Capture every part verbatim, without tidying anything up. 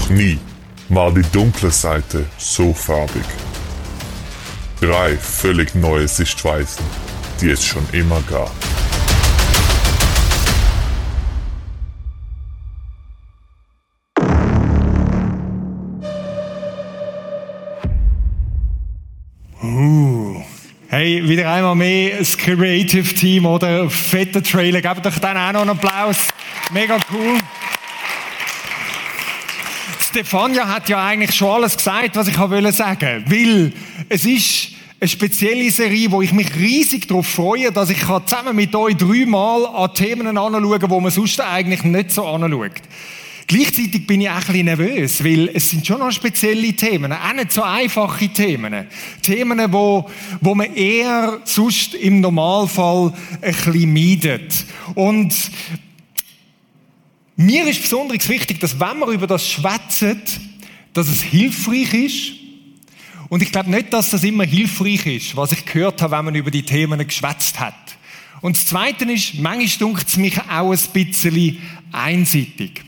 Noch nie war die dunkle Seite so farbig. Drei völlig neue Sichtweisen, die es schon immer gab. Uh, hey, wieder einmal mehr das Creative Team, oder? Fetter Trailer. Gebt doch dann auch noch einen Applaus. Mega cool. Stefania hat ja eigentlich schon alles gesagt, was ich wollte sagen. Weil es ist eine spezielle Serie, wo ich mich riesig darauf freue, dass ich zusammen mit euch dreimal an Themen anschauen kann, die man sonst eigentlich nicht so anschaut. Gleichzeitig bin ich auch ein bisschen nervös, weil es sind schon noch spezielle Themen, auch nicht so einfache Themen. Themen, wo, wo man eher sonst im Normalfall ein bisschen meidet. Und mir ist besonders wichtig, dass wenn wir über das schwätzen, dass es hilfreich ist. Und ich glaube nicht, dass das immer hilfreich ist, was ich gehört habe, wenn man über die Themen geschwätzt hat. Und das Zweite ist, manchmal dunkt es mich auch ein bisschen einseitig.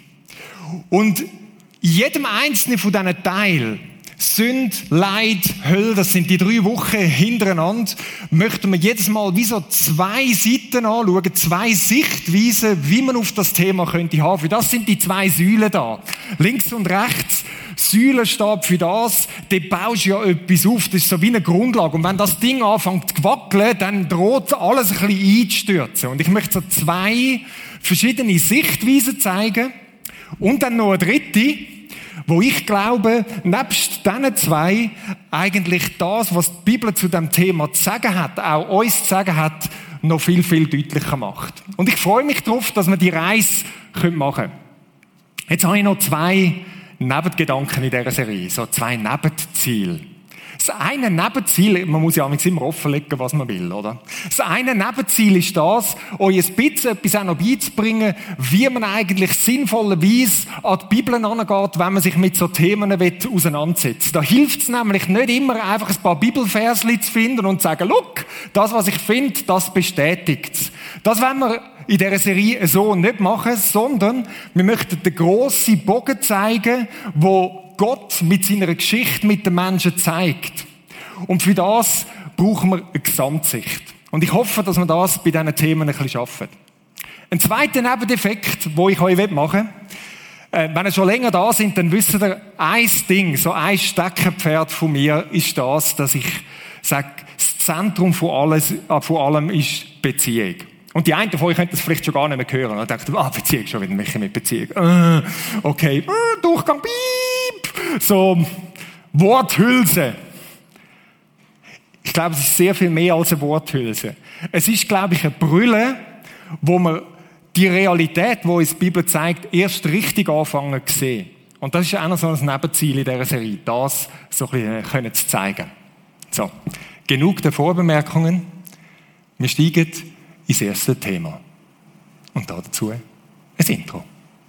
Und in jedem einzelnen von diesen Teilen, Sünde, Leid, Hölle, das sind die drei Wochen hintereinander, möchten wir jedes Mal wie so zwei Seiten anschauen, zwei Sichtweisen, wie man auf das Thema könnte haben. Für das sind die zwei Säulen da. Links und rechts, Säule steht für das, dort baust du ja etwas auf, das ist so wie eine Grundlage. Und wenn das Ding anfängt zu wackeln, dann droht alles ein bisschen einzustürzen. Und ich möchte so zwei verschiedene Sichtweisen zeigen. Und dann noch eine dritte, wo ich glaube, nebst diesen zwei eigentlich das, was die Bibel zu dem Thema zu sagen hat, auch uns zu sagen hat, noch viel, viel deutlicher macht. Und ich freue mich darauf, dass wir die Reise machen können. Jetzt habe ich noch zwei Nebengedanken in dieser Serie, so zwei Nebenziele. Das eine Nebenziel, man muss ja immer offenlegen, was man will, oder? Das eine Nebenziel ist das, euch ein bisschen etwas auch noch beizubringen, wie man eigentlich sinnvollerweise an die Bibel angeht, wenn man sich mit so Themen auseinandersetzt. Da hilft es nämlich nicht immer, einfach ein paar Bibelversli zu finden und zu sagen, look, das, was ich finde, das bestätigt es. Das wollen wir in dieser Serie so nicht machen, sondern wir möchten den grossen Bogen zeigen, wo Gott mit seiner Geschichte mit den Menschen zeigt. Und für das brauchen wir eine Gesamtsicht. Und ich hoffe, dass wir das bei diesen Themen ein bisschen schaffen. Ein zweiter Nebeneffekt, den ich euch machen will, äh, wenn ihr schon länger da sind, dann wisst ihr, ein Ding, so ein Steckenpferd von mir ist das, dass ich sage, das Zentrum von, alles, von allem ist Beziehung. Und die einen von euch könnten das vielleicht schon gar nicht mehr hören. Und denken, ah, Beziehung, schon wieder mich mit Beziehung. Äh, okay, äh, Durchgang, piep. So, Worthülse. Ich glaube, es ist sehr viel mehr als eine Worthülse. Es ist, glaube ich, ein Brüllen, wo man die Realität, die uns die Bibel zeigt, erst richtig anfangen zu sehen. Und das ist auch noch so ein Nebenziel in dieser Serie, das so ein bisschen zu zeigen. So, genug der Vorbemerkungen. Wir steigen ins erste Thema. Und dazu ein Intro.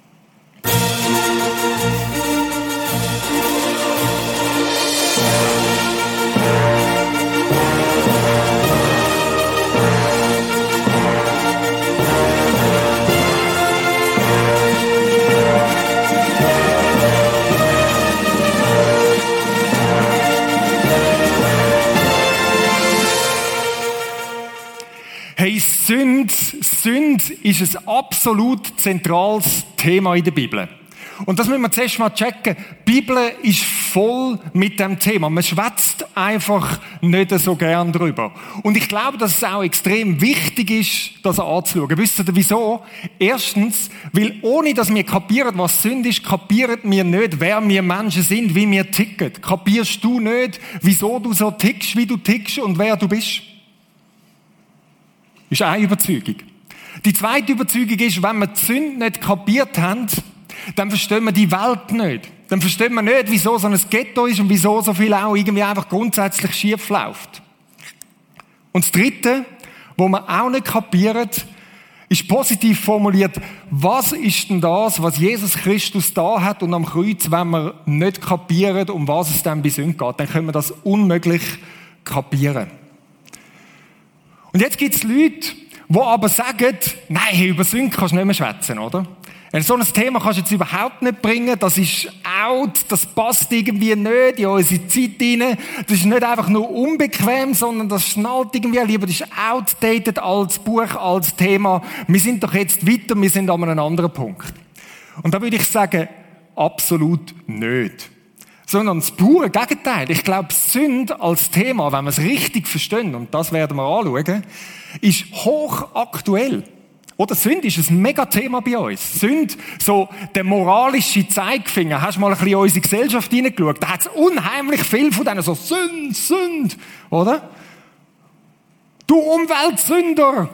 Hey, Sünde, Sünde ist ein absolut zentrales Thema in der Bibel. Und das müssen wir zuerst mal checken. Die Bibel ist voll mit dem Thema. Man schwätzt einfach nicht so gern drüber. Und ich glaube, dass es auch extrem wichtig ist, das anzuschauen. Wisst ihr wieso? Erstens, weil ohne dass wir kapieren, was Sünde ist, kapieren wir nicht, wer wir Menschen sind, wie wir ticken. Kapierst du nicht, wieso du so tickst, wie du tickst und wer du bist? Das ist eine Überzeugung. Die zweite Überzeugung ist, wenn wir die Sünde nicht kapiert haben, dann verstehen wir die Welt nicht. Dann verstehen wir nicht, wieso so ein Ghetto ist und wieso so viel auch irgendwie einfach grundsätzlich schief läuft. Und das Dritte, wo wir auch nicht kapieren, ist positiv formuliert, was ist denn das, was Jesus Christus da hat und am Kreuz, wenn wir nicht kapieren, um was es dann bei Sünde geht, dann können wir das unmöglich kapieren. Und jetzt gibt es Leute, die aber sagen, nein, über Sünde kannst du nicht mehr schwätzen, oder? So ein Thema kannst du jetzt überhaupt nicht bringen, das ist out, das passt irgendwie nicht in unsere Zeit rein. Das ist nicht einfach nur unbequem, sondern das schnallt irgendwie lieber, das ist outdated als Buch, als Thema. Wir sind doch jetzt weiter, wir sind an einem anderen Punkt. Und da würde ich sagen, absolut nicht. Sondern das pure Gegenteil. Ich glaube, Sünde als Thema, wenn wir es richtig verstehen, und das werden wir anschauen, ist hochaktuell. Oder Sünde ist ein Mega-Thema bei uns. Sünde, so der moralische Zeigefinger. Hast du mal ein bisschen in unsere Gesellschaft hineingeschaut? Da hat es unheimlich viel von denen so Sünde, Sünde, oder? Du Umweltsünder!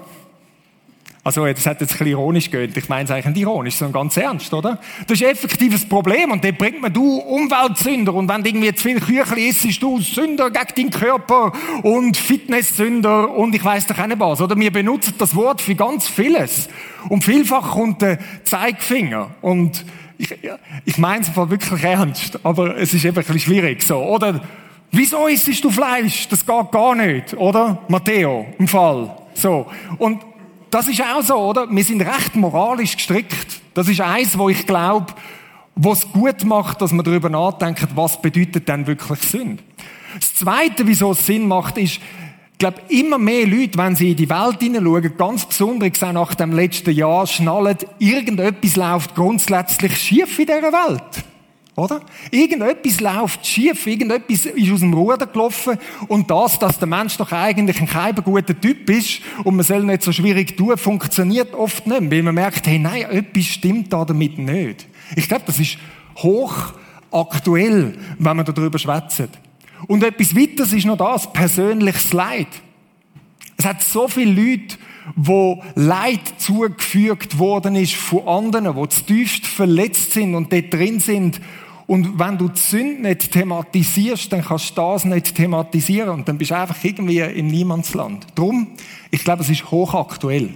Also, das hat jetzt ein bisschen ironisch gehört. Ich meine es eigentlich nicht ironisch, sondern ganz ernst, oder? Das ist effektiv ein Problem und dann bringt man du Umweltsünder und wenn du irgendwie zu viel Küchli isst, bist du Sünder gegen deinen Körper und Fitnesssünder und ich weiss doch auch nicht was, oder? Wir benutzen das Wort für ganz vieles. Und vielfach kommt der Zeigefinger und ich, ich meine es einfach wirklich ernst, aber es ist eben ein bisschen schwierig so, oder? Wieso isst du Fleisch? Das geht gar nicht, oder? Matteo, im Fall. So. Und das ist auch so, oder? Wir sind recht moralisch gestrickt. Das ist eins, wo ich glaube, was gut macht, dass man darüber nachdenkt, was bedeutet denn wirklich Sünde. Das Zweite, wieso es Sinn macht, ist, ich glaube, immer mehr Leute, wenn sie in die Welt hineinschauen, ganz besonders auch nach dem letzten Jahr, schnallen, irgendetwas läuft grundsätzlich schief in dieser Welt. Oder? Irgendetwas läuft schief, irgendetwas ist aus dem Ruder gelaufen und das, dass der Mensch doch eigentlich ein kein guter Typ ist und man soll nicht so schwierig tun, funktioniert oft nicht, weil man merkt, hey, nein, etwas stimmt da damit nicht. Ich glaube, das ist hochaktuell, wenn man darüber schwätzt. Und etwas weiteres ist noch das, persönliches Leid. Es hat so viele Leute, wo Leid zugefügt worden ist von anderen, die zutiefst verletzt sind und dort drin sind. Und wenn du die Sünde nicht thematisierst, dann kannst du das nicht thematisieren und dann bist du einfach irgendwie im Niemandsland. Drum, ich glaube, es ist hochaktuell.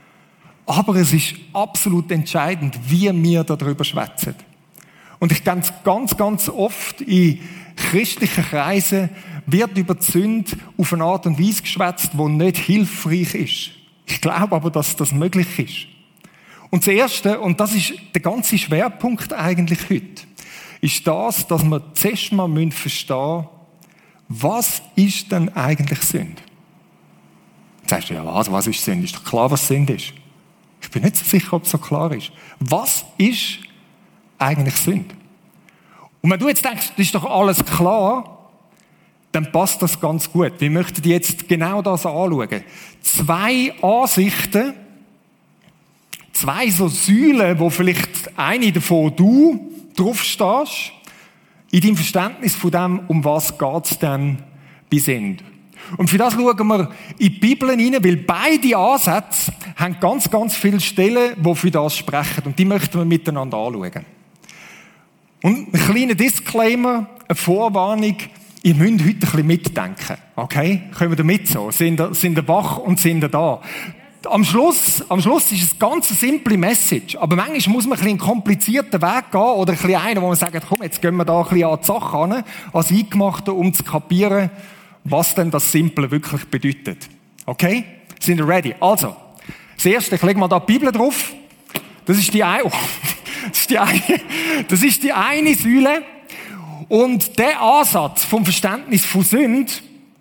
Aber es ist absolut entscheidend, wie wir darüber schwätzen. Und ich denke, ganz, ganz oft in christlichen Kreisen wird über die Sünde auf eine Art und Weise geschwätzt, die nicht hilfreich ist. Ich glaube aber, dass das möglich ist. Und das Erste, und das ist der ganze Schwerpunkt eigentlich heute, ist das, dass wir zuerst mal verstehen müssen, was ist denn eigentlich Sünde? Jetzt sagst du, ja was, was ist Sünde? Ist doch klar, was Sünde ist. Ich bin nicht so sicher, ob es so klar ist. Was ist eigentlich Sünde? Und wenn du jetzt denkst, das ist doch alles klar, dann passt das ganz gut. Wir möchten jetzt genau das anschauen. Zwei Ansichten, zwei so Säulen, wo vielleicht eine davon du drauf stehst, in deinem Verständnis von dem, um was geht's denn bei Sünde. Und für das schauen wir in die Bibel hinein, weil beide Ansätze haben ganz, ganz viele Stellen, die für das sprechen. Und die möchten wir miteinander anschauen. Und ein kleiner Disclaimer, eine Vorwarnung, ihr müsst heute ein bisschen mitdenken. Okay? Kommen wir mit so? Sind ihr, sind ihr wach und sind ihr da? Am Schluss, am Schluss ist es eine ganz simple Message. Aber manchmal muss man ein bisschen einen komplizierten Weg gehen oder ein bisschen einen, wo man sagt, komm, jetzt gehen wir da ein bisschen an die Sache ran, als Eingemachte, um zu kapieren, was denn das Simple wirklich bedeutet. Okay? Sind ihr ready? Also, das Erste, ich lege mal da die Bibel drauf. Das ist die eine, oh, das ist die eine, das ist die eine Säule. Und der Ansatz vom Verständnis von Sünde,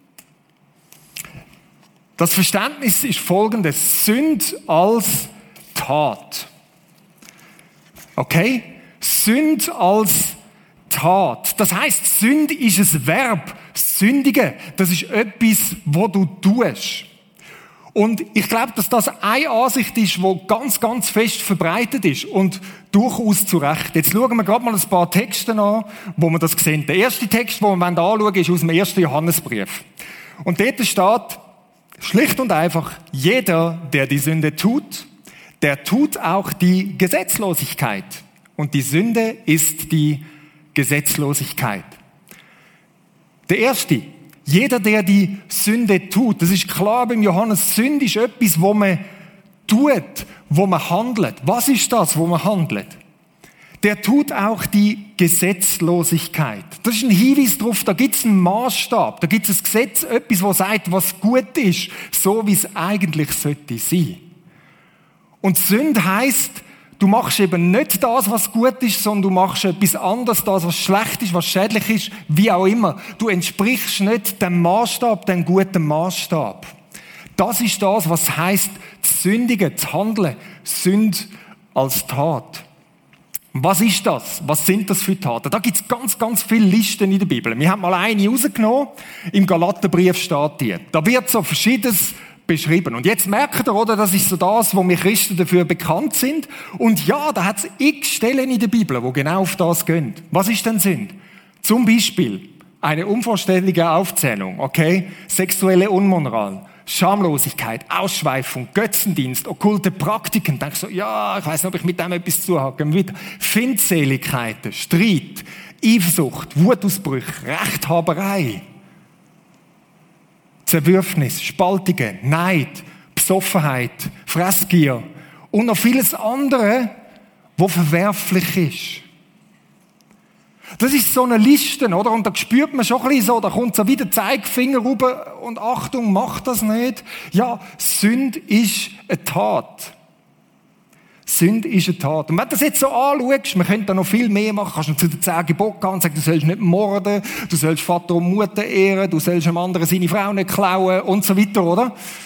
das Verständnis ist folgendes: Sünde als Tat. Okay? Sünde als Tat. Das heisst, Sünde ist ein Verb. Sündigen. Das ist etwas, was du tust. Und ich glaube, dass das eine Ansicht ist, die ganz, ganz fest verbreitet ist und durchaus zu Recht. Jetzt schauen wir gerade mal ein paar Texte an, wo wir das sehen. Der erste Text, den wir anschauen wollen, ist aus dem ersten Johannesbrief. Und dort steht schlicht und einfach: Jeder, der die Sünde tut, der tut auch die Gesetzlosigkeit. Und die Sünde ist die Gesetzlosigkeit. Der erste, jeder, der die Sünde tut, das ist klar beim Johannes, Sünde ist etwas, wo man tut, wo man handelt. Was ist das, wo man handelt? Der tut auch die Gesetzlosigkeit. Das ist ein Hinweis darauf, da gibt es einen Maßstab, da gibt es ein Gesetz, etwas, das sagt, was gut ist, so wie es eigentlich sollte sein. Und Sünde heisst, Du machst eben nicht das, was gut ist, sondern du machst etwas anderes, das, was schlecht ist, was schädlich ist, wie auch immer. Du entsprichst nicht dem Maßstab, dem guten Maßstab. Das ist das, was heisst, zu sündigen, zu handeln. Sünde als Tat. Was ist das? Was sind das für Taten? Da gibt es ganz, ganz viele Listen in der Bibel. Wir haben mal eine rausgenommen. Im Galaterbrief steht die. Da wird so Verschiedenes beschrieben. Und jetzt merkt ihr, oder? Das ist so das, wo wir Christen dafür bekannt sind. Und ja, da hat es x Stellen in der Bibel, wo genau auf das gehen. Was ist denn Sünde? Zum Beispiel eine unvollständige Aufzählung, okay? Sexuelle Unmoral, Schamlosigkeit, Ausschweifung, Götzendienst, okkulte Praktiken. Denkst du, ja, ich weiß nicht, ob ich mit dem etwas zu habe. Gehen wir weiter. Feindseligkeiten, Streit, Eifersucht, Wutausbrüche, Rechthaberei, Zerwürfnis, Spaltungen, Neid, Besoffenheit, Fressgier und noch vieles andere, wo verwerflich ist. Das ist so eine Liste, oder? Und da spürt man schon ein bisschen so, da kommt so wieder Zeigefinger rüber und Achtung, mach das nicht. Ja, Sünde ist eine Tat. Sünde ist eine Tat. Und wenn du das jetzt so anschaust, man könnte da noch viel mehr machen, kannst du zu den zehn Geboten gehen und sagen, du sollst nicht morden, du sollst Vater und Mutter ehren, du sollst einem anderen seine Frau nicht klauen und so weiter, oder?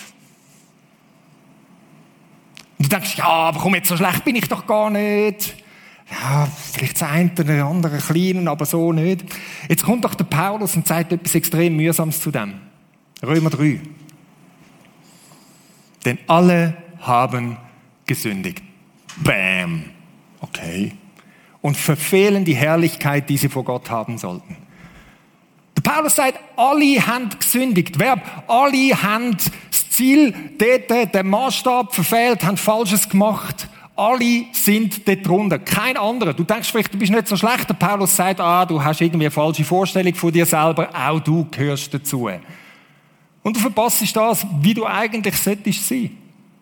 Und du denkst, ja, aber komm, jetzt so schlecht bin ich doch gar nicht. Ja, vielleicht das eine oder der andere kleinen, aber so nicht. Jetzt kommt doch der Paulus und sagt etwas extrem Mühsames zu dem. Römer drei. Denn alle haben gesündigt. Bam. Okay. Und verfehlen die Herrlichkeit, die sie vor Gott haben sollten. Der Paulus sagt, alle haben gesündigt. Verb, alle haben das Ziel, dort, den Maßstab verfehlt, haben Falsches gemacht. Alle sind dort drunter. Kein anderer. Du denkst vielleicht, du bist nicht so schlecht. Der Paulus sagt, ah, du hast irgendwie eine falsche Vorstellung von dir selber. Auch du gehörst dazu. Und du verpasst das, wie du eigentlich solltest sein.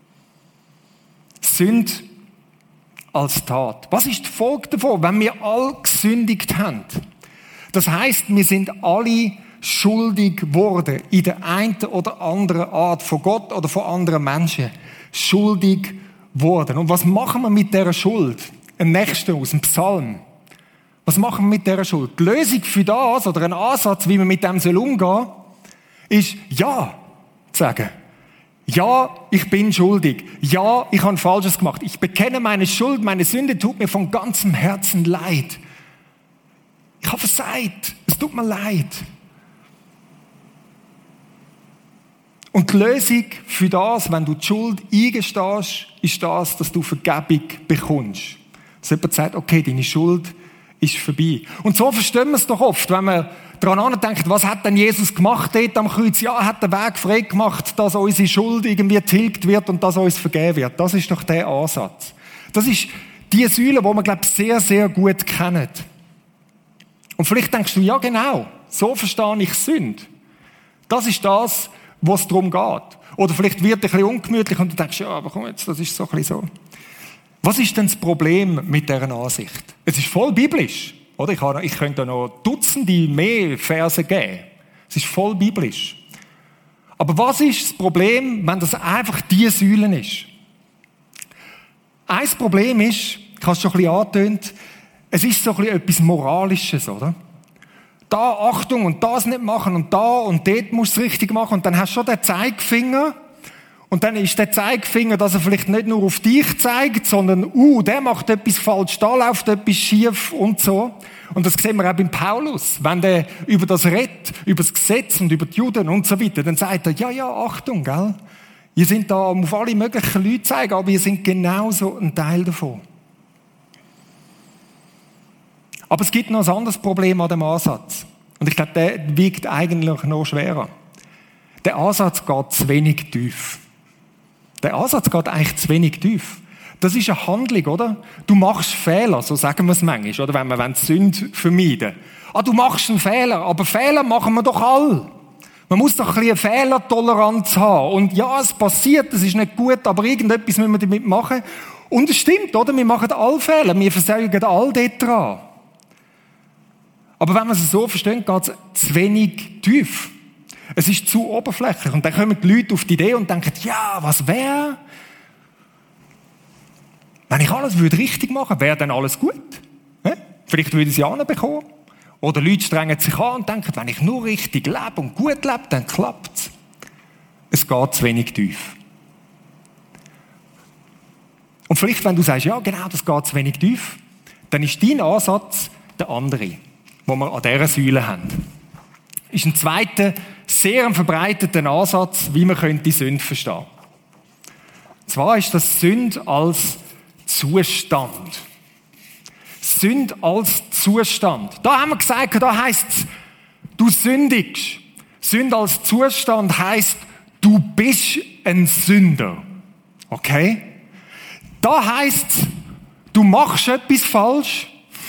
Sünde als Tat. Was ist die Folge davon, wenn wir alle gesündigt haben? Das heisst, wir sind alle schuldig geworden in der einen oder anderen Art, von Gott oder von anderen Menschen. Schuldig worden. Und was machen wir mit dieser Schuld? Ein nächster aus dem Psalm. Was machen wir mit dieser Schuld? Die Lösung für das, oder ein Ansatz, wie man mit dem umgehen soll, ist Ja zu sagen. Ja, ich bin schuldig. Ja, ich habe Falsches gemacht. Ich bekenne meine Schuld, meine Sünde tut mir von ganzem Herzen leid. Ich habe versagt. Es tut mir leid. Und die Lösung für das, wenn du die Schuld eingestehst, ist das, dass du Vergebung bekommst. Dass jemand sagt, okay, deine Schuld ist vorbei. Und so verstehen wir es doch oft, wenn man daran denkt, was hat denn Jesus gemacht dort am Kreuz? Ja, er hat den Weg frei gemacht, dass unsere Schuld irgendwie tilgt wird und dass uns vergeben wird. Das ist doch der Ansatz. Das ist die Säule, die man, glaube ich, sehr, sehr gut kennt. Und vielleicht denkst du, ja genau, so verstehe ich Sünde. Das ist das, was es darum geht. Oder vielleicht wird es ein bisschen ungemütlich und du denkst, ja, aber komm jetzt, das ist so ein bisschen so. Was ist denn das Problem mit dieser Ansicht? Es ist voll biblisch. Oder? Ich, habe, ich könnte noch Dutzende mehr Verse geben. Es ist voll biblisch. Aber was ist das Problem, wenn das einfach diese Säulen ist? Ein Problem ist, ich habe es schon ein bisschen angetönt, es ist so ein bisschen etwas Moralisches, oder? Da Achtung und das nicht machen und da und dort musst du es richtig machen und dann hast du schon den Zeigefinger und dann ist der Zeigefinger, dass er vielleicht nicht nur auf dich zeigt, sondern uh, der macht etwas falsch, da läuft etwas schief und so. Und das sehen wir auch beim Paulus. Wenn der über das redet, über das Gesetz und über die Juden und so weiter, dann sagt er, ja, ja, Achtung, gell? Ihr seid da, um auf alle möglichen Leute zu zeigen, aber ihr seid genauso ein Teil davon. Aber es gibt noch ein anderes Problem an dem Ansatz. Und ich glaube, der wiegt eigentlich noch schwerer. Der Ansatz geht zu wenig tief. Der Ansatz geht eigentlich zu wenig tief. Das ist eine Handlung, oder? Du machst Fehler, so sagen wir es manchmal, oder? Wenn wir Sünde vermeiden wollen. Ah, du machst einen Fehler, aber Fehler machen wir doch alle. Man muss doch ein bisschen Fehlertoleranz haben. Und ja, es passiert, es ist nicht gut, aber irgendetwas müssen wir damit machen. Und es stimmt, oder? Wir machen alle Fehler, wir versäumen alle dort dran. Aber wenn man es so versteht, geht es zu wenig tief. Es ist zu oberflächlich. Und dann kommen die Leute auf die Idee und denken, ja, was wäre, Wenn ich alles würde richtig machen, wäre dann alles gut. Ja? Vielleicht würde ich es ja bekommen. Oder Leute strengen sich an und denken, wenn ich nur richtig lebe und gut lebe, dann klappt es. Es geht zu wenig tief. Und vielleicht, wenn du sagst, ja genau, das geht zu wenig tief, dann ist dein Ansatz der andere, den wir an dieser Säule haben. Ist ein zweiter, sehr verbreiteter Ansatz, wie man die Sünde verstehen könnte. Und zwar ist das Sünde als Zustand. Sünde als Zustand. Da haben wir gesagt, da heisst es, du sündigst. Sünde als Zustand heisst, du bist ein Sünder. Okay? Da heisst es, du machst etwas falsch.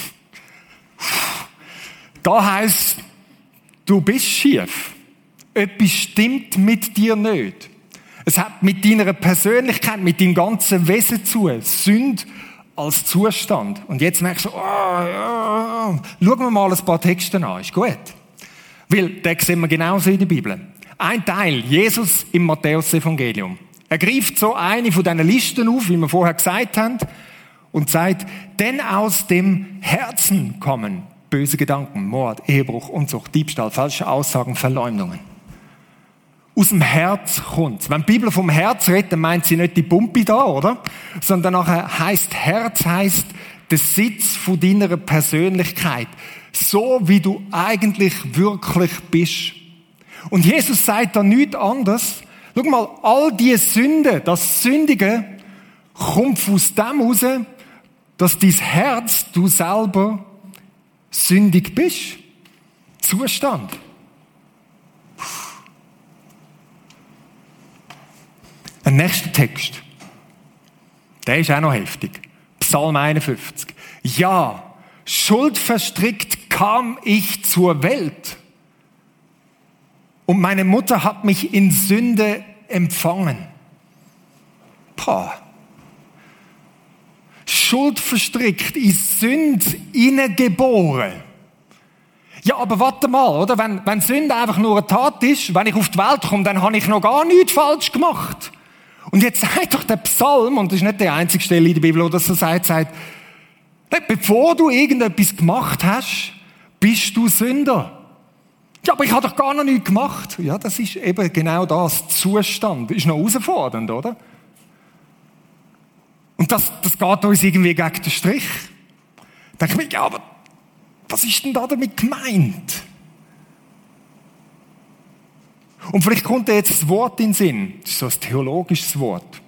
Da heisst, du bist schief. Etwas stimmt mit dir nicht. Es hat mit deiner Persönlichkeit, mit deinem ganzen Wesen zu. Sünde als Zustand. Und jetzt merkst du, oh, ja, schauen wir mal ein paar Texte an. Ist gut. Weil, den sehen wir genauso in der Bibel. Ein Teil, Jesus im Matthäus-Evangelium. Er greift so eine von diesen Listen auf, wie wir vorher gesagt haben, und sagt, denn aus dem Herzen kommen böse Gedanken, Mord, Ehebruch, Unzucht, Diebstahl, falsche Aussagen, Verleumdungen. Aus dem Herz kommt. Wenn die Bibel vom Herz redet, dann meint sie nicht die Pumpe da, oder? Sondern nachher heisst Herz, heisst der Sitz von deiner Persönlichkeit. So, wie du eigentlich wirklich bist. Und Jesus sagt da nichts anderes. Schau mal, all die Sünden, das Sündige, kommt aus dem raus, dass dein Herz, du selber, sündig bist. Zustand. Ein nächster Text. Der ist auch noch heftig. Psalm einundfünfzig. Ja, schuldverstrickt kam ich zur Welt. Und meine Mutter hat mich in Sünde empfangen. Pah. Schuldverstrickt, in Sünde hineingeboren. Ja, aber warte mal, oder? Wenn, wenn Sünde einfach nur eine Tat ist, wenn ich auf die Welt komme, dann habe ich noch gar nichts falsch gemacht. Und jetzt sagt doch der Psalm, und das ist nicht die einzige Stelle in der Bibel, wo das so sagt, sagt, bevor du irgendetwas gemacht hast, bist du Sünder. Ja, aber ich habe doch gar noch nichts gemacht. Ja, das ist eben genau das, Zustand. Ist noch herausfordernd, oder? Und das, das geht uns irgendwie gegen den Strich. Da denke ich mir, ja, aber was ist denn da damit gemeint? Und vielleicht kommt dir jetzt das Wort in den Sinn. Das ist so ein theologisches Wort.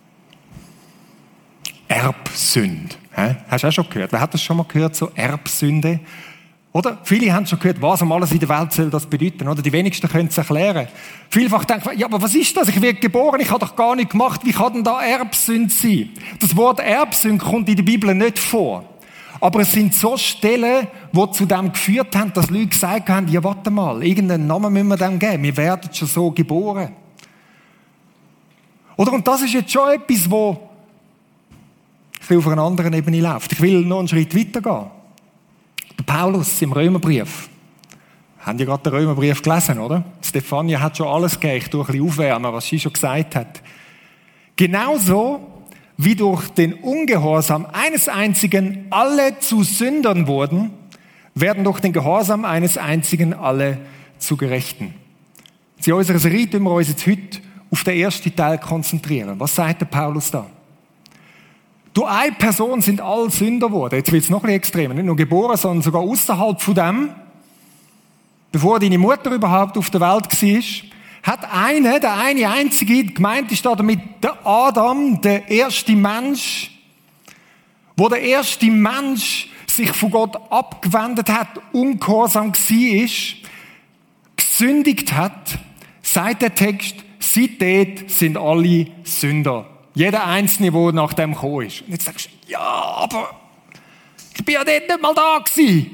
Erbsünde. He? Hast du auch schon gehört? Wer hat das schon mal gehört, so Erbsünde? Oder? Viele haben schon gehört, was um alles in der Welt soll das bedeuten. Oder? Die wenigsten können es erklären. Vielfach denken wir, ja, aber was ist das? Ich werde geboren, ich habe doch gar nichts gemacht. Wie kann denn da Erbsünde sein? Das Wort Erbsünde kommt in der Bibel nicht vor. Aber es sind so Stellen, die zu dem geführt haben, dass Leute gesagt haben, ja, warte mal, irgendeinen Namen müssen wir dem geben. Wir werden schon so geboren. Oder? Und das ist jetzt schon etwas, wo ich will auf einer anderen Ebene läuft. Ich will noch einen Schritt weiter gehen. Der Paulus im Römerbrief. Haben ja gerade den Römerbrief gelesen, oder? Stefania hat schon alles gegeben. Ich tue ein bisschen aufwärmen, was sie schon gesagt hat. Genauso wie durch den Ungehorsam eines Einzigen alle zu Sündern wurden, werden durch den Gehorsam eines Einzigen alle zu Gerechten. In unserer Serie tun wir uns jetzt heute auf den ersten Teil konzentrieren. Was sagt der Paulus da? Durch eine Person sind alle Sünder geworden. Jetzt wird es noch ein bisschen extremer. Nicht nur geboren, sondern sogar außerhalb von dem, bevor deine Mutter überhaupt auf der Welt war, hat einer, der eine einzige, gemeint ist da damit der Adam, der erste Mensch, wo der erste Mensch sich von Gott abgewendet hat, ungehorsam war, gesündigt hat, sagt der Text, seitdem sind alle Sünder. Jeder Einzelne, der nach dem gekommen ist. Und jetzt sagst du, ja, aber ich bin ja dort nicht mal da gewesen.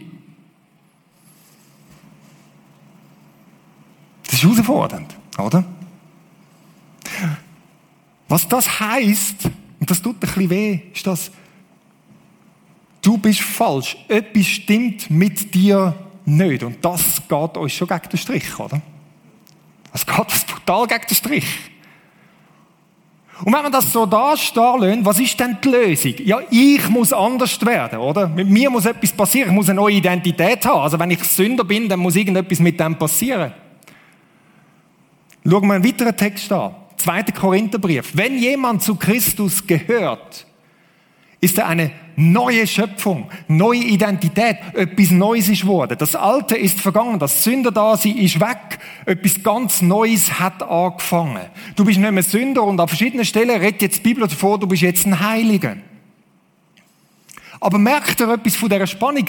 Das ist herausfordernd, oder? Was das heisst, und das tut ein bisschen weh, ist das, du bist falsch. Etwas stimmt mit dir nicht. Und das geht uns schon gegen den Strich, oder? Es geht uns total gegen den Strich. Und wenn man das so da stehen lässt, was ist denn die Lösung? Ja, ich muss anders werden, oder? Mit mir muss etwas passieren, ich muss eine neue Identität haben. Also wenn ich Sünder bin, dann muss irgendetwas mit dem passieren. Schauen wir einen weiteren Text an. zweiter Korintherbrief. Wenn jemand zu Christus gehört, ist er eine neue Schöpfung, neue Identität, etwas Neues ist geworden. Das Alte ist vergangen, das Sünderdasein ist weg, etwas ganz Neues hat angefangen. Du bist nicht mehr Sünder und an verschiedenen Stellen redet jetzt die Bibel davor, du bist jetzt ein Heiliger. Aber merkt ihr etwas von dieser Spannung?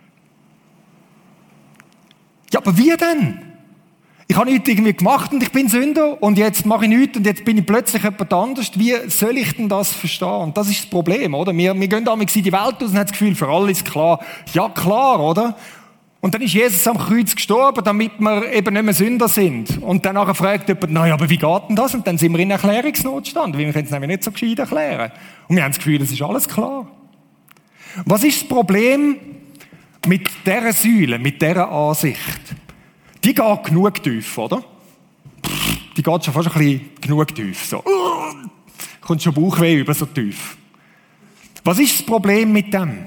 Ja, aber wie denn? Ich habe nichts irgendwie gemacht und ich bin Sünder und jetzt mache ich nichts und jetzt bin ich plötzlich jemand anders. Wie soll ich denn das verstehen? Und das ist das Problem, oder? Wir, wir gehen damals in die Welt aus und haben das Gefühl, für alle ist klar. Ja, klar, oder? Und dann ist Jesus am Kreuz gestorben, damit wir eben nicht mehr Sünder sind. Und dann nachher fragt jemand, naja, aber wie geht denn das? Und dann sind wir in Erklärungsnotstand, weil wir können es nämlich nicht so gescheit erklären. Und wir haben das Gefühl, es ist alles klar. Was ist das Problem mit dieser Säule, mit dieser Ansicht? Die geht genug tief, oder? Die geht schon fast ein bisschen genug tief. So. Kommt schon Bauchweh über so tief. Was ist das Problem mit dem?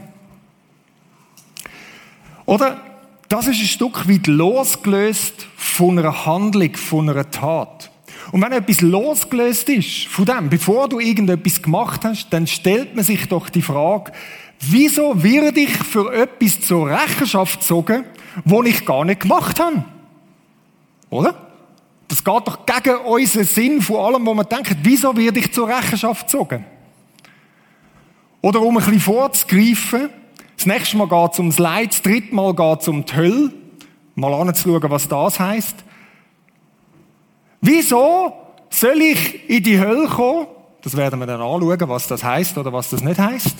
Oder? Das ist ein Stück weit losgelöst von einer Handlung, von einer Tat. Und wenn etwas losgelöst ist von dem, bevor du irgendetwas gemacht hast, dann stellt man sich doch die Frage, wieso werde ich für etwas zur Rechenschaft gezogen, was ich gar nicht gemacht habe? Oder? Das geht doch gegen unseren Sinn von allem, wo man denkt, wieso werde ich zur Rechenschaft gezogen? Oder um ein bisschen vorzugreifen, das nächste Mal geht es ums Leid, das dritte Mal geht es um die Hölle. Mal anzuschauen, was das heisst. Wieso soll ich in die Hölle kommen? Das werden wir dann anschauen, was das heisst oder was das nicht heisst.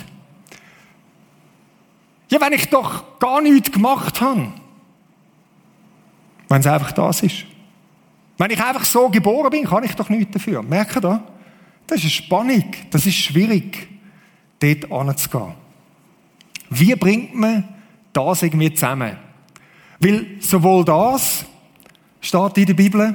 Ja, wenn ich doch gar nichts gemacht habe. Wenn es einfach das ist. Wenn ich einfach so geboren bin, kann ich doch nichts dafür. Merkt ihr das? Das ist eine Spannung. Das ist schwierig, dort hinzugehen. Wie bringt man das irgendwie zusammen? Weil sowohl das steht in der Bibel,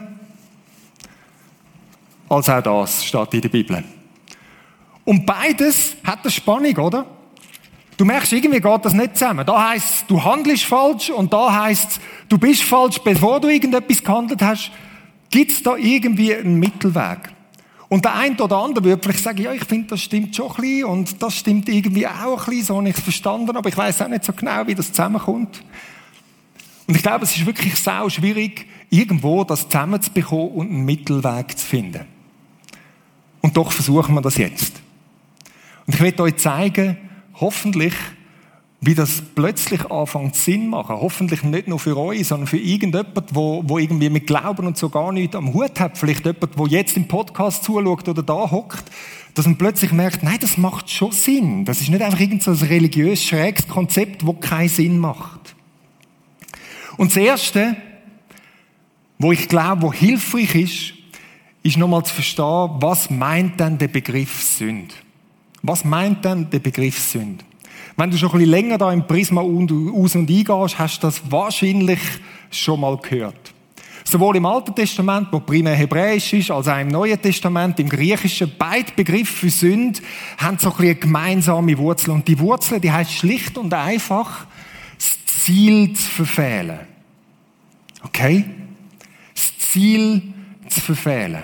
als auch das steht in der Bibel. Und beides hat eine Spannung, oder? Du merkst, irgendwie geht das nicht zusammen. Da heisst es, du handelst falsch und da heisst es, du bist falsch, bevor du irgendetwas gehandelt hast. Gibt es da irgendwie einen Mittelweg? Und der eine oder andere würde vielleicht sagen, ja, ich finde, das stimmt schon ein bisschen und das stimmt irgendwie auch ein bisschen, so habe ich es verstanden, aber ich weiss auch nicht so genau, wie das zusammenkommt. Und ich glaube, es ist wirklich sau schwierig, irgendwo das zusammenzubekommen und einen Mittelweg zu finden. Und doch versuchen wir das jetzt. Und ich möchte euch zeigen, hoffentlich, wie das plötzlich anfängt Sinn machen. Hoffentlich nicht nur für euch, sondern für irgendjemanden, wo, wo irgendwie mit Glauben und so gar nichts am Hut hat. Vielleicht jemand, der jetzt im Podcast zuschaut oder da hockt, dass man plötzlich merkt, nein, das macht schon Sinn. Das ist nicht einfach irgend so ein religiös schräges Konzept, das keinen Sinn macht. Und das Erste, wo ich glaube, wo hilfreich ist, ist nochmal zu verstehen, was meint denn der Begriff Sünde? Was meint denn der Begriff Sünde? Wenn du schon ein bisschen länger da im Prisma aus- und eingehst, hast du das wahrscheinlich schon mal gehört. Sowohl im Alten Testament, wo primär hebräisch ist, als auch im Neuen Testament, im Griechischen, beide Begriffe für Sünde haben so ein bisschen eine gemeinsame Wurzel. Und die Wurzel, die heisst schlicht und einfach, das Ziel zu verfehlen. Okay? Das Ziel zu verfehlen.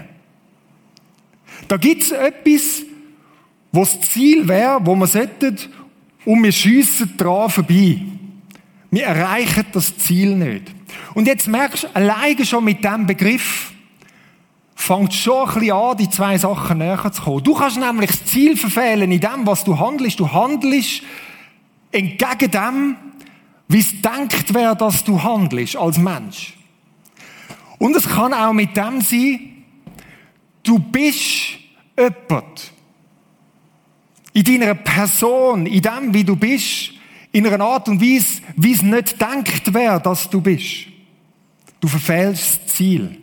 Da gibt es etwas, wo das Ziel wäre, wo wir sollten, und wir schiessen dran vorbei. Wir erreichen das Ziel nicht. Und jetzt merkst du, alleine schon mit diesem Begriff fängt schon ein bisschen an, die zwei Sachen näher zu kommen. Du kannst nämlich das Ziel verfehlen in dem, was du handelst. Du handelst entgegen dem, wie es gedacht wäre, dass du handelst als Mensch. Und es kann auch mit dem sein, du bist jemand. In deiner Person, in dem, wie du bist, in einer Art und Weise, wie es nicht gedacht wäre, dass du bist. Du verfehlst das Ziel.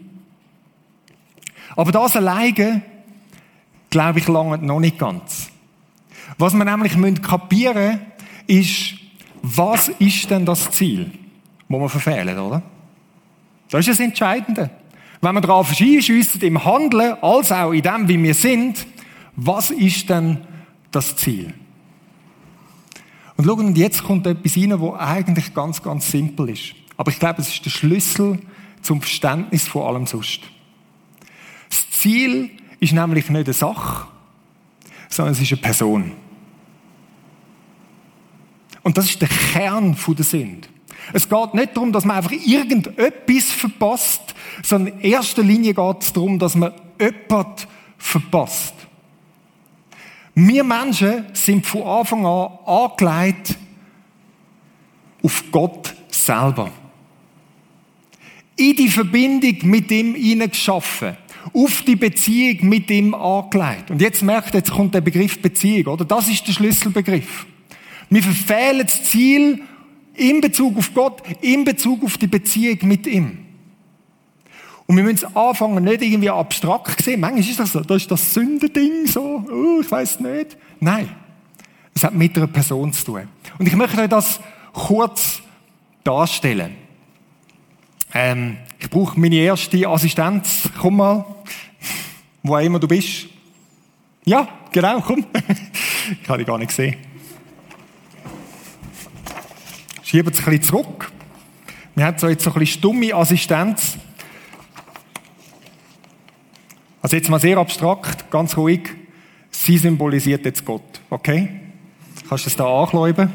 Aber das alleine, glaube ich, langt noch nicht ganz. Was wir nämlich kapieren müssen, ist, was ist denn das Ziel, das wir verfehlen, oder? Das ist das Entscheidende. Wenn wir darauf einschiessen, im Handeln, als auch in dem, wie wir sind, Was ist denn das Ziel? Und schauen, und jetzt kommt etwas rein, was eigentlich ganz, ganz simpel ist. Aber ich glaube, es ist der Schlüssel zum Verständnis von allem sonst. Das Ziel ist nämlich nicht eine Sache, sondern es ist eine Person. Und das ist der Kern der Sünde. Es geht nicht darum, dass man einfach irgendetwas verpasst, sondern in erster Linie geht es darum, dass man jemanden verpasst. Wir Menschen sind von Anfang an angelegt auf Gott selber. In die Verbindung mit ihm hineingeschaffen. Auf die Beziehung mit ihm angelegt. Und jetzt merkt ihr, jetzt kommt der Begriff Beziehung, oder? Das ist der Schlüsselbegriff. Wir verfehlen das Ziel in Bezug auf Gott, in Bezug auf die Beziehung mit ihm. Und wir müssen anfangen, nicht irgendwie abstrakt sehen. Manchmal ist das so, da ist das Sündending so, oh, ich weiss nicht. Nein. Es hat mit einer Person zu tun. Und ich möchte euch das kurz darstellen. Ähm, ich brauche meine erste Assistenz. Komm mal. Wo auch immer du bist. Ja, genau, komm. Ich habe dich gar nicht gesehen. Schieben es ein bisschen zurück. Wir haben so jetzt so ein bisschen stumme Assistenz. Also jetzt mal sehr abstrakt, ganz ruhig. Sie symbolisiert jetzt Gott, okay? Kannst du das da ankläuben?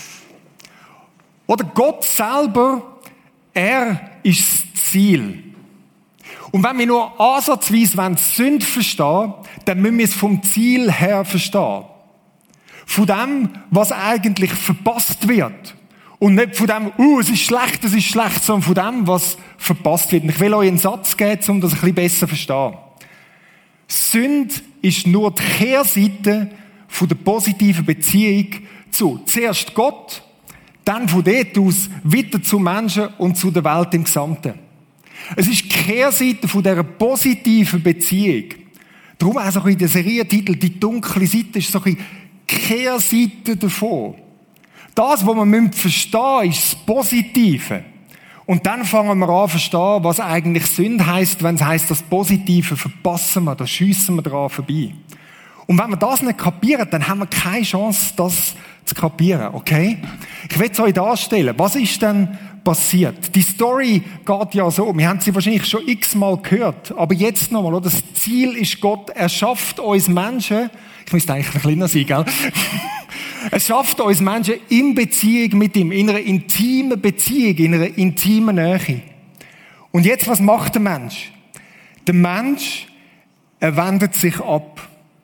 Oder Gott selber, er ist das Ziel. Und wenn wir nur ansatzweise Sünde verstehen wollen, dann müssen wir es vom Ziel her verstehen. Von dem, was eigentlich verpasst wird. Und nicht von dem, uh, es ist schlecht, es ist schlecht, sondern von dem, was verpasst wird. Und ich will euch einen Satz geben, um das ein bisschen besser zu verstehen. Sünde ist nur die Kehrseite von der positiven Beziehung zu zuerst Gott, dann von dort aus wieder zu Menschen und zu der Welt im Gesamten. Es ist die Kehrseite von dieser positiven Beziehung. Darum auch so ein bisschen der Serientitel, die dunkle Seite, ist so ein bisschen die Kehrseite davon. Das, was wir verstehen müssen, ist das Positive. Und dann fangen wir an zu verstehen, was eigentlich Sünde heisst, wenn es heisst, das Positive verpassen wir, da schiessen wir dran vorbei. Und wenn wir das nicht kapieren, dann haben wir keine Chance, das zu kapieren, okay? Ich will es euch darstellen. Was ist denn passiert? Die Story geht ja so, wir haben sie wahrscheinlich schon x-mal gehört, aber jetzt nochmal, oder? Das Ziel ist Gott, er schafft uns Menschen, ich müsste eigentlich ein kleiner sein, gell? Er schafft uns Menschen in Beziehung mit ihm, in einer intimen Beziehung, in einer intimen Nähe. Und jetzt, was macht der Mensch? Der Mensch, er wendet sich ab.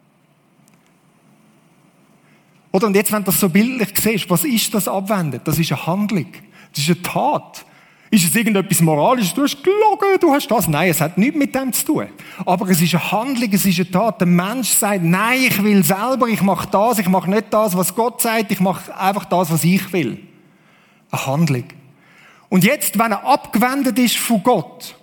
Oder, und jetzt, wenn du das so bildlich siehst, was ist das Abwenden? Das ist eine Handlung. Das ist eine Tat. Ist es irgendetwas Moralisches? Du hast gelogen, du hast das. Nein, es hat nichts mit dem zu tun. Aber es ist eine Handlung, es ist eine Tat. Der Mensch sagt, nein, ich will selber, ich mache das, ich mache nicht das, was Gott sagt, ich mache einfach das, was ich will. Eine Handlung. Und jetzt, wenn er abgewendet ist von Gott,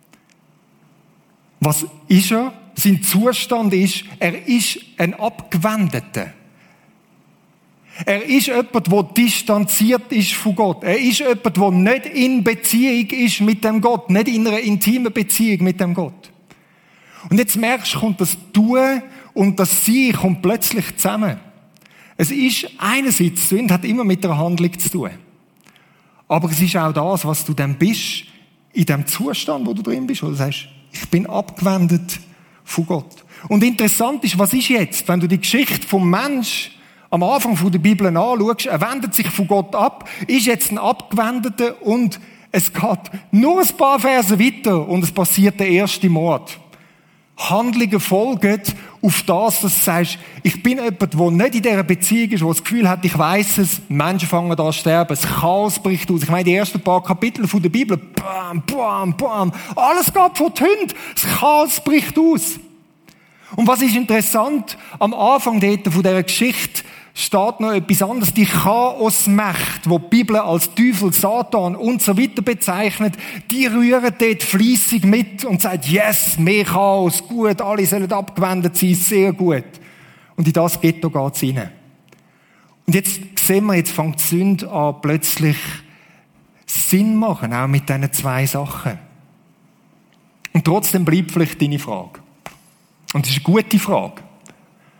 was ist er? Sein Zustand ist, er ist ein Abgewendeter. Er ist jemand, der distanziert ist von Gott. Er ist jemand, der nicht in Beziehung ist mit dem Gott. Nicht in einer intimen Beziehung mit dem Gott. Und jetzt merkst du, kommt das Tun und das Sein kommt plötzlich zusammen. Es ist einerseits, Sünde hat immer mit der Handlung zu tun. Aber es ist auch das, was du dann bist, in dem Zustand, wo du drin bist, wo du sagst, ich bin abgewendet von Gott. Und interessant ist, was ist jetzt, wenn du die Geschichte vom Mensch am Anfang der Bibel anschaust, er wendet sich von Gott ab, ist jetzt ein Abgewendeter und es geht nur ein paar Verse weiter und es passiert der erste Mord. Handlungen folgen auf das, dass du sagst, ich bin jemand, der nicht in dieser Beziehung ist, der das Gefühl hat, ich weiss es, Menschen fangen an zu sterben, das Chaos bricht aus. Ich meine, die ersten paar Kapitel der Bibel, bam, bam, bam, alles geht vor die Hunde, das Chaos bricht aus. Und was ist interessant, am Anfang dort von dieser Geschichte steht noch etwas anderes. Die Chaosmächte, die die Bibel als Teufel, Satan und so weiter bezeichnet, die rühren dort fleissig mit und sagen, yes, mehr Chaos, gut, alle sollen abgewendet sein, sehr gut. Und in das Ghetto geht es rein. Und jetzt sehen wir, jetzt fängt die Sünde an, plötzlich Sinn machen, auch mit diesen zwei Sachen. Und trotzdem bleibt vielleicht deine Frage. Und das ist eine gute Frage.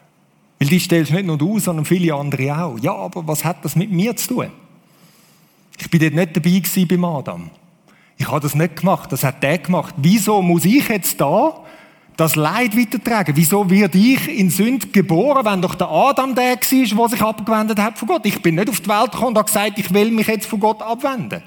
Weil die stellst nicht nur du, sondern viele andere auch. Ja, aber was hat das mit mir zu tun? Ich bin dort nicht dabei gewesen beim Adam. Ich habe das nicht gemacht, das hat der gemacht. Wieso muss ich jetzt da das Leid weitertragen? Wieso werde ich in Sünde geboren, wenn doch der Adam der war, der sich abgewendet hat von Gott? Ich bin nicht auf die Welt gekommen und habe gesagt, ich will mich jetzt von Gott abwenden.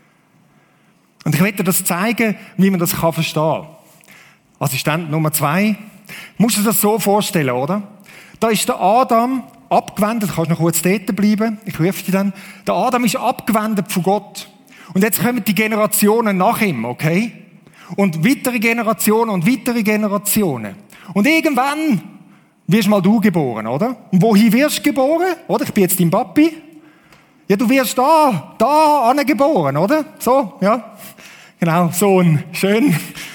Und ich möchte das zeigen, wie man das verstehen kann. Assistent Nummer zwei. Du musst dir das so vorstellen, oder? Da ist der Adam abgewendet. Kannst noch kurz dort bleiben? Ich rufe dich dann. Der Adam ist abgewendet von Gott. Und jetzt kommen die Generationen nach ihm, okay? Und weitere Generationen und weitere Generationen. Und irgendwann wirst mal du geboren, oder? Und wohin wirst du geboren? Oder? Ich bin jetzt dein Papi. Ja, du wirst da, da angeboren, oder? So, ja. Genau, Sohn. Schön.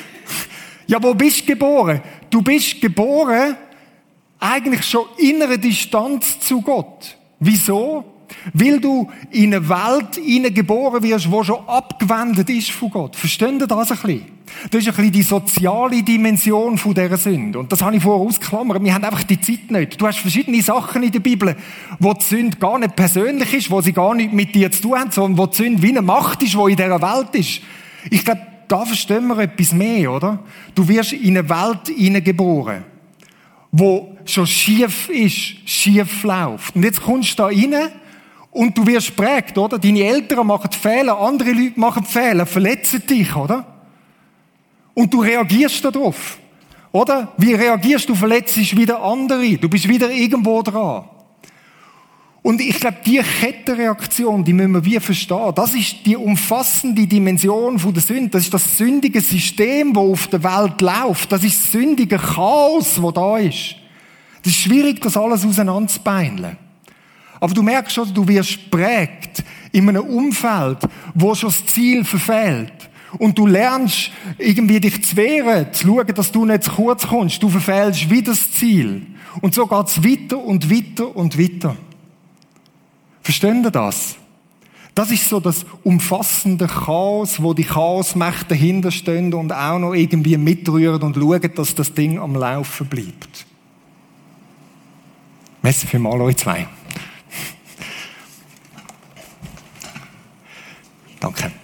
Ja, wo bist du geboren? Du bist geboren eigentlich schon in einer Distanz zu Gott. Wieso? Weil du in eine Welt hineingeboren wirst, die schon abgewendet ist von Gott. Versteht ihr das ein bisschen? Das ist ein bisschen die soziale Dimension von dieser Sünde. Und das habe ich vorher ausgeklammert. Wir haben einfach die Zeit nicht. Du hast verschiedene Sachen in der Bibel, wo die Sünde gar nicht persönlich ist, wo sie gar nicht mit dir zu tun haben, sondern wo die Sünde wie eine Macht ist, die in dieser Welt ist. Ich glaube, da verstehen wir etwas mehr, oder? Du wirst in eine Welt hineingeboren, wo schon schief ist, schief läuft. Und jetzt kommst du da rein und du wirst geprägt, oder? Deine Eltern machen Fehler, andere Leute machen Fehler, verletzen dich, oder? Und du reagierst darauf, oder? Wie reagierst du? Verletzt wieder andere. Du bist wieder irgendwo dran. Und ich glaube, diese Kettenreaktion, die müssen wir wie verstehen. Das ist die umfassende Dimension von der Sünde. Das ist das sündige System, das auf der Welt läuft. Das ist das sündige Chaos, das da ist. Das ist schwierig, das alles auseinanderzubeineln. Aber du merkst schon, du wirst geprägt in einem Umfeld, wo schon das Ziel verfehlt. Und du lernst, irgendwie dich zu wehren, zu schauen, dass du nicht zu kurz kommst. Du verfehlst wieder das Ziel. Und so geht's weiter und weiter und weiter. Verstehen ihr das? Das ist so das umfassende Chaos, wo die Chaosmächte dahinter stehen und auch noch irgendwie mitrühren und schauen, dass das Ding am Laufen bleibt. Merci vielmals, euch zwei. Danke.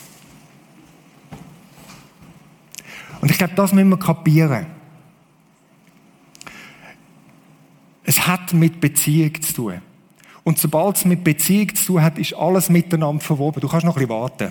Und ich glaube, das müssen wir kapieren. Es hat mit Beziehung zu tun. Und sobald es mit Beziehung zu tun hat, ist alles miteinander verwoben. Du kannst noch ein bisschen warten.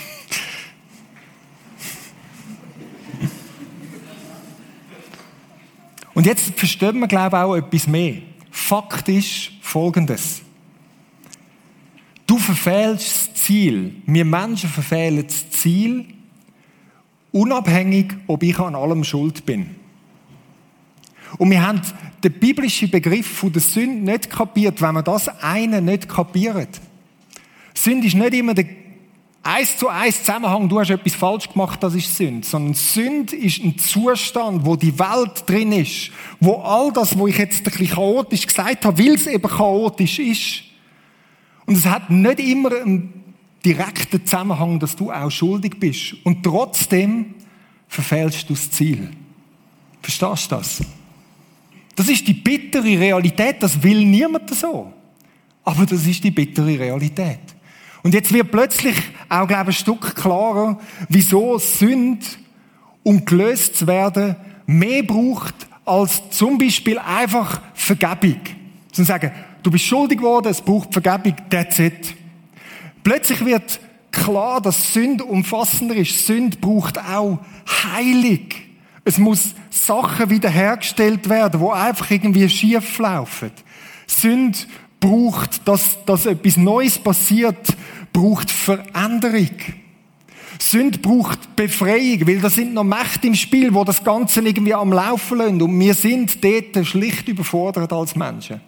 Und jetzt verstehen wir, glaube ich, auch etwas mehr. Fakt ist Folgendes. Du verfehlst das Ziel. Wir Menschen verfehlen das Ziel, unabhängig, ob ich an allem schuld bin. Und wir haben den biblischen Begriff von der Sünde nicht kapiert, wenn wir das eine nicht kapieren. Sünde ist nicht immer der eins zu eins Zusammenhang, du hast etwas falsch gemacht, das ist Sünde. Sondern Sünde ist ein Zustand, wo die Welt drin ist, wo all das, was ich jetzt ein bisschen chaotisch gesagt habe, weil es eben chaotisch ist. Und es hat nicht immer einen direkten Zusammenhang, dass du auch schuldig bist. Und trotzdem verfehlst du das Ziel. Verstehst du das? Das ist die bittere Realität, das will niemand so. Aber das ist die bittere Realität. Und jetzt wird plötzlich auch, glaube ich, ein Stück klarer, wieso Sünde, um gelöst zu werden, mehr braucht als zum Beispiel einfach Vergebung. Sie sagen, du bist schuldig geworden, es braucht Vergebung, that's it. Plötzlich wird klar, dass Sünde umfassender ist. Sünde braucht auch Heilung. Es muss Sachen wiederhergestellt werden, die einfach irgendwie schief laufen. Sünde braucht, dass, dass etwas Neues passiert, braucht Veränderung. Sünde braucht Befreiung, weil da sind noch Mächte im Spiel, die das Ganze irgendwie am Laufen lassen. Und wir sind dort schlicht überfordert als Menschen.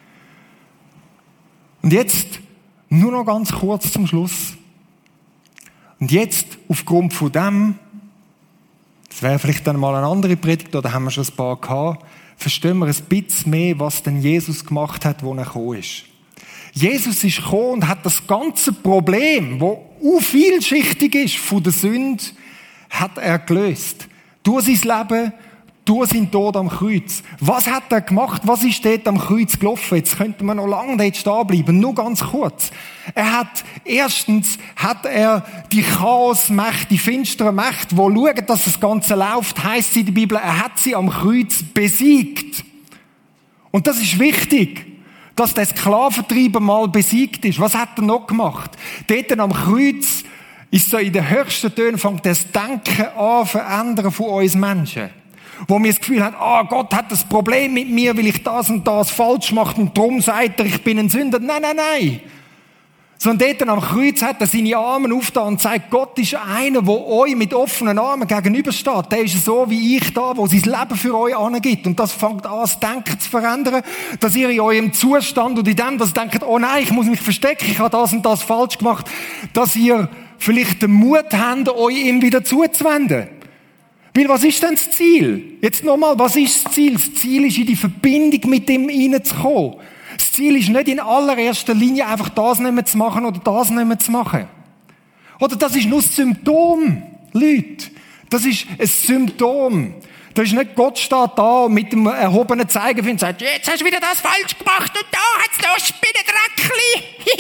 Und jetzt, nur noch ganz kurz zum Schluss. Und jetzt, aufgrund von dem, das wäre vielleicht dann mal eine andere Predigt, oder haben wir schon ein paar gehabt, verstehen wir ein bisschen mehr, was denn Jesus gemacht hat, wo er gekommen ist. Jesus ist gekommen und hat das ganze Problem, das so vielschichtig ist von der Sünde, hat er gelöst. Durch sein Leben, durch seinen Tod am Kreuz. Was hat er gemacht? Was ist dort am Kreuz gelaufen? Jetzt könnte man noch lange dort stehen bleiben. Nur ganz kurz. Er hat, erstens hat er die Chaosmächte, die finsteren Mächte, die schauen, dass das Ganze läuft, heisst in der Bibel, er hat sie am Kreuz besiegt. Und das ist wichtig, dass der Sklaventreiber mal besiegt ist. Was hat er noch gemacht? Dort am Kreuz ist so in den höchsten Tönen, fängt das Denken an verändern von uns Menschen. Wo wir das Gefühl haben, ah, Gott hat das Problem mit mir, weil ich das und das falsch mache und darum sagt er, ich bin ein Sünder. Nein, nein, nein. Sondern dort am Kreuz hat er seine Arme aufgetan und sagt, Gott ist einer, der euch mit offenen Armen gegenübersteht. Der ist so wie ich da, der sein Leben für euch angibt. Und das fängt an, das Denken zu verändern, dass ihr in eurem Zustand und in dem, dass ihr denkt, oh nein, ich muss mich verstecken, ich habe das und das falsch gemacht, dass ihr vielleicht den Mut habt, euch ihm wieder zuzuwenden. Weil was ist denn das Ziel? Jetzt nochmal, was ist das Ziel? Das Ziel ist, in die Verbindung mit ihm hineinzukommen. Das Ziel ist nicht in allererster Linie einfach das nicht mehr zu machen oder das nicht mehr zu machen. Oder das ist nur ein Symptom, Leute. Das ist ein Symptom. Das ist nicht, Gott steht da mit dem erhobenen Zeigefinger und sagt, jetzt hast du wieder das falsch gemacht und da hat's noch Spinnendreckli.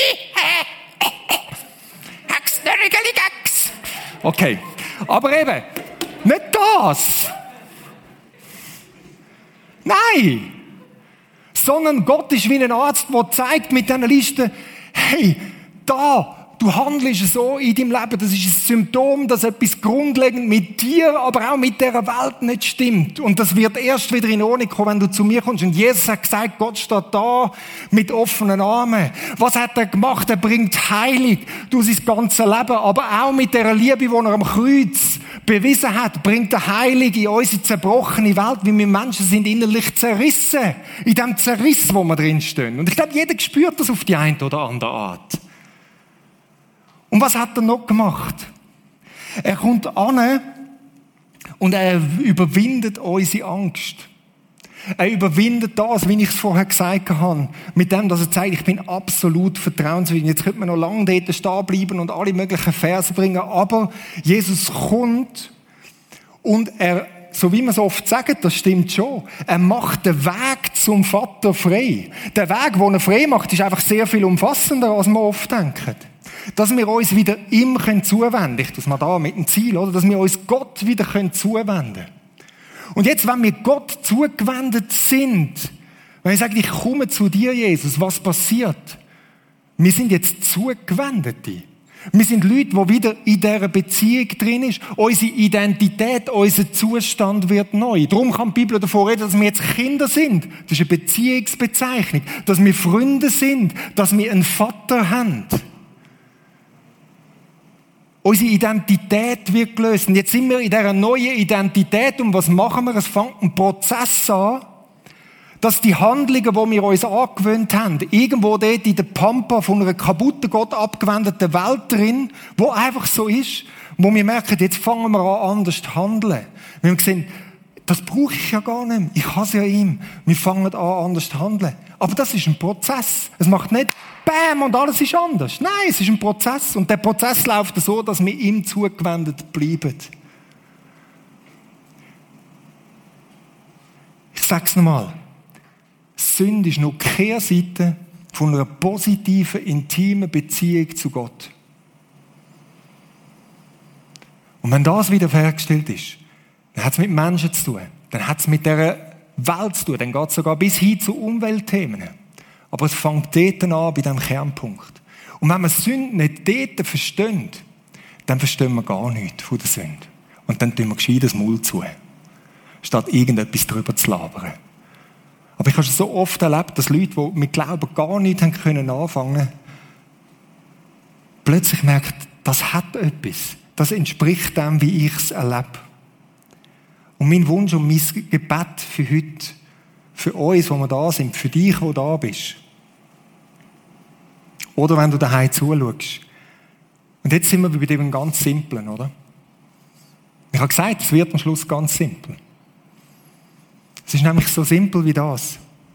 Hex, Nörgeli, Gax. Okay. Aber eben, nicht das. Nein. Sondern Gott ist wie ein Arzt, der zeigt mit dieser Liste, hey, da, du handelst so in deinem Leben, das ist ein Symptom, dass etwas grundlegend mit dir, aber auch mit dieser Welt nicht stimmt. Und das wird erst wieder in Ordnung kommen, wenn du zu mir kommst. Und Jesus hat gesagt, Gott steht da mit offenen Armen. Was hat er gemacht? Er bringt Heilung durch sein ganzes Leben, aber auch mit dieser Liebe, die er am Kreuz bewiesen hat, bringt er Heilung in unsere zerbrochene Welt, weil wir Menschen sind innerlich zerrissen. In dem Zerriss, wo wir drinstehen. Und ich glaube, jeder spürt das auf die eine oder andere Art. Und was hat er noch gemacht? Er kommt an und er überwindet unsere Angst. Er überwindet das, wie ich es vorher gesagt habe, mit dem, dass er sagt, ich bin absolut vertrauenswürdig. Jetzt könnte man noch lange dort stehen bleiben und alle möglichen Verse bringen, aber Jesus kommt und er, so wie man so oft sagt, das stimmt schon, er macht den Weg zum Vater frei. Der Weg, den er frei macht, ist einfach sehr viel umfassender, als man oft denkt. Dass wir uns wieder ihm zuwenden können. Ich tue es mal da mit dem Ziel, oder? Dass wir uns Gott wieder zuwenden können. Und jetzt, wenn wir Gott zugewendet sind, wenn ich sage, ich komme zu dir, Jesus, was passiert? Wir sind jetzt Zugewendete. Wir sind Leute, die wieder in dieser Beziehung drin sind. Unsere Identität, unser Zustand wird neu. Darum kann die Bibel davon reden, dass wir jetzt Kinder sind. Das ist eine Beziehungsbezeichnung. Dass wir Freunde sind. Dass wir einen Vater haben. Unsere Identität wird gelöst. Und jetzt sind wir in dieser neuen Identität. Und was machen wir? Es fängt ein Prozess an, dass die Handlungen, die wir uns angewöhnt haben, irgendwo dort in der Pampa von einer kaputten, Gott abgewendeten Welt drin, wo einfach so ist, wo wir merken, jetzt fangen wir an, anders zu handeln. Wir haben gesehen, das brauche ich ja gar nicht mehr. Ich habe es ja ihm. Wir fangen an, anders zu handeln. Aber das ist ein Prozess. Es macht nicht Bäm und alles ist anders. Nein, es ist ein Prozess. Und der Prozess läuft so, dass wir ihm zugewendet bleiben. Ich sage es nochmal. Sünde ist nur die Kehrseite von einer positiven, intimen Beziehung zu Gott. Und wenn das wieder hergestellt ist, dann hat es mit Menschen zu tun. Dann hat es mit dieser Welt zu tun. Dann geht es sogar bis hin zu Umweltthemen. Aber es fängt dort an, bei diesem Kernpunkt. Und wenn wir Sünde nicht dort verstehen, dann verstehen wir gar nichts von der Sünde. Und dann tun wir gescheit das Maul zu, statt irgendetwas darüber zu labern. Aber ich habe schon so oft erlebt, dass Leute, die mit Glauben gar nichts haben können anfangen, plötzlich merken, das hat etwas. Das entspricht dem, wie ich es erlebe. Und mein Wunsch und mein Gebet für heute, für uns, wo wir da sind, für dich, wo du da bist. Oder wenn du daheim zuschaust. Und jetzt sind wir bei dem ganz Simplen, oder? Ich habe gesagt, es wird am Schluss ganz simpel. Es ist nämlich so simpel wie das.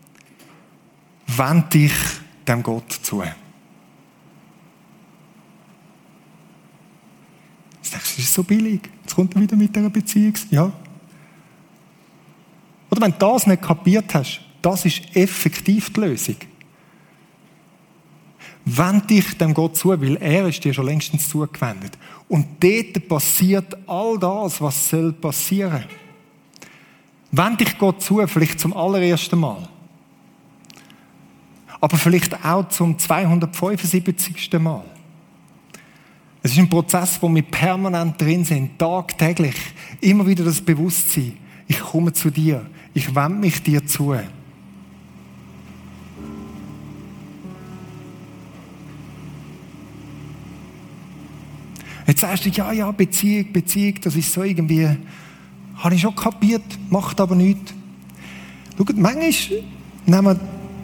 Wend dich dem Gott zu. Jetzt denkst du, das ist so billig. Jetzt kommt er wieder mit dieser Beziehung. Ja. wenn du das nicht kapiert hast, das ist effektiv die Lösung. Wend dich dem Gott zu, weil er ist dir schon längstens zugewendet. Und dort passiert all das, was soll passieren. Wend dich Gott zu, vielleicht zum allerersten Mal. Aber vielleicht auch zum zweihundertfünfundsiebzigsten Mal. Es ist ein Prozess, wo wir permanent drin sind, tagtäglich. Immer wieder das Bewusstsein. Ich komme zu dir. Ich wende mich dir zu. Jetzt sagst du, ja, ja, Beziehung, Beziehung, das ist so irgendwie, habe ich schon kapiert, macht aber nichts. Schaut, manchmal nehmen wir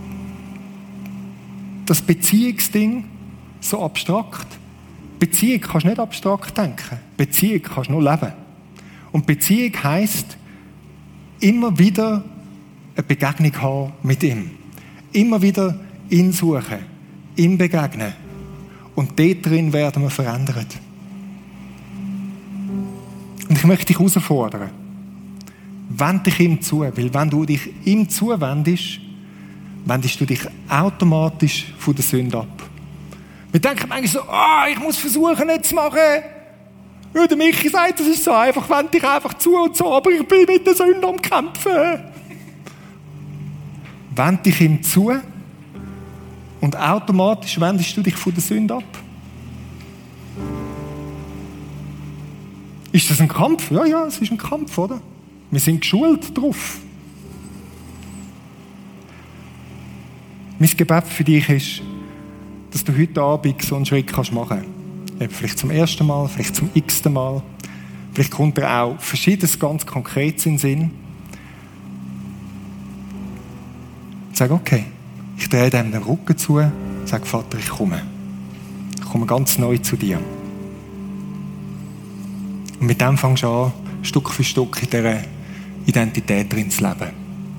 das Beziehungsding so abstrakt. Beziehung kannst du nicht abstrakt denken. Beziehung kannst du nur leben. Und Beziehung heisst, immer wieder eine Begegnung haben mit ihm. Immer wieder ihn suchen, ihm begegnen. Und dort drin werden wir verändert. Und ich möchte dich herausfordern. Wend dich ihm zu, weil wenn du dich ihm zuwendest, wendest du dich automatisch von der Sünde ab. Wir denken manchmal so, ah, ich muss versuchen, nichts zu machen. Ja, der Michi sagt, das ist so einfach, wend dich einfach zu und so, aber ich bin mit der Sünde am Kämpfen. Wend dich ihm zu und automatisch wendest du dich von der Sünde ab. Ist das ein Kampf? Ja, ja, es ist ein Kampf, oder? Wir sind geschult drauf. Mein Gebet für dich ist, dass du heute Abend so einen Schritt machen kannst. Vielleicht zum ersten Mal, vielleicht zum x-ten Mal. Vielleicht kommt dir auch Verschiedenes ganz Konkretes in den Sinn. Sag, okay, ich drehe dem den Rücken zu, sag, Vater, ich komme. Ich komme ganz neu zu dir. Und mit dem fängst du an, Stück für Stück in dieser Identität drin zu leben.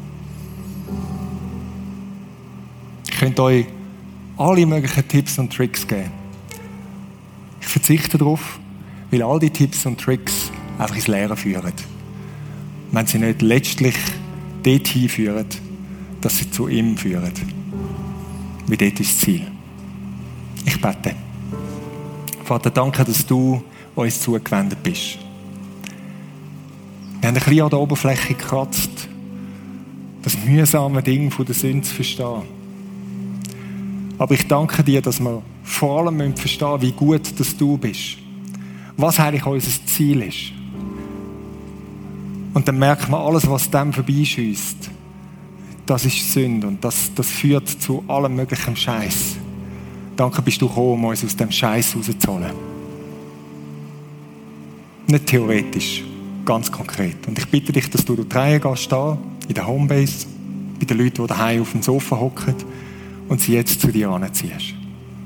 Ich könnte euch alle möglichen Tipps und Tricks geben. Ich verzichte darauf, weil all die Tipps und Tricks einfach ins Leere führen. Wenn sie nicht letztlich dorthin führen, dass sie zu ihm führen. Weil dort ist das Ziel. Ich bete. Vater, danke, dass du uns zugewendet bist. Wir haben ein bisschen an der Oberfläche gekratzt, das mühsame Ding von der Sünde zu verstehen. Aber ich danke dir, dass wir vor allem verstehen müssen, wie gut dass du bist. Was eigentlich unser Ziel ist. Und dann merkt man, alles, was dem vorbeischießt, das ist Sünde und das, das führt zu allem möglichen Scheiß. Danke, bist du gekommen, um uns aus dem Scheiß rauszuholen. Nicht theoretisch, ganz konkret. Und ich bitte dich, dass du durch die Reihe gehst, da, in der Homebase, bei den Leuten, die daheim auf dem Sofa hocken und sie jetzt zu dir anziehst.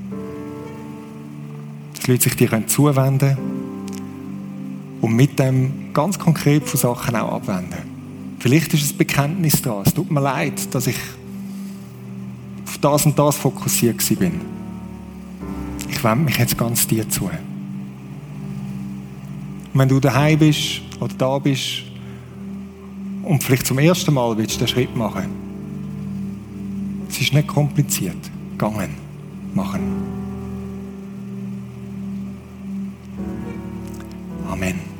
Dass die Leute sich dir zuwenden können und mit dem ganz konkret von Sachen auch abwenden. Vielleicht ist es ein Bekenntnis daran. Es tut mir leid, dass ich auf das und das fokussiert war. Ich wende mich jetzt ganz dir zu. Und wenn du daheim bist oder da bist und vielleicht zum ersten Mal willst du den Schritt machen, es ist nicht kompliziert. Gangen, machen. Amen.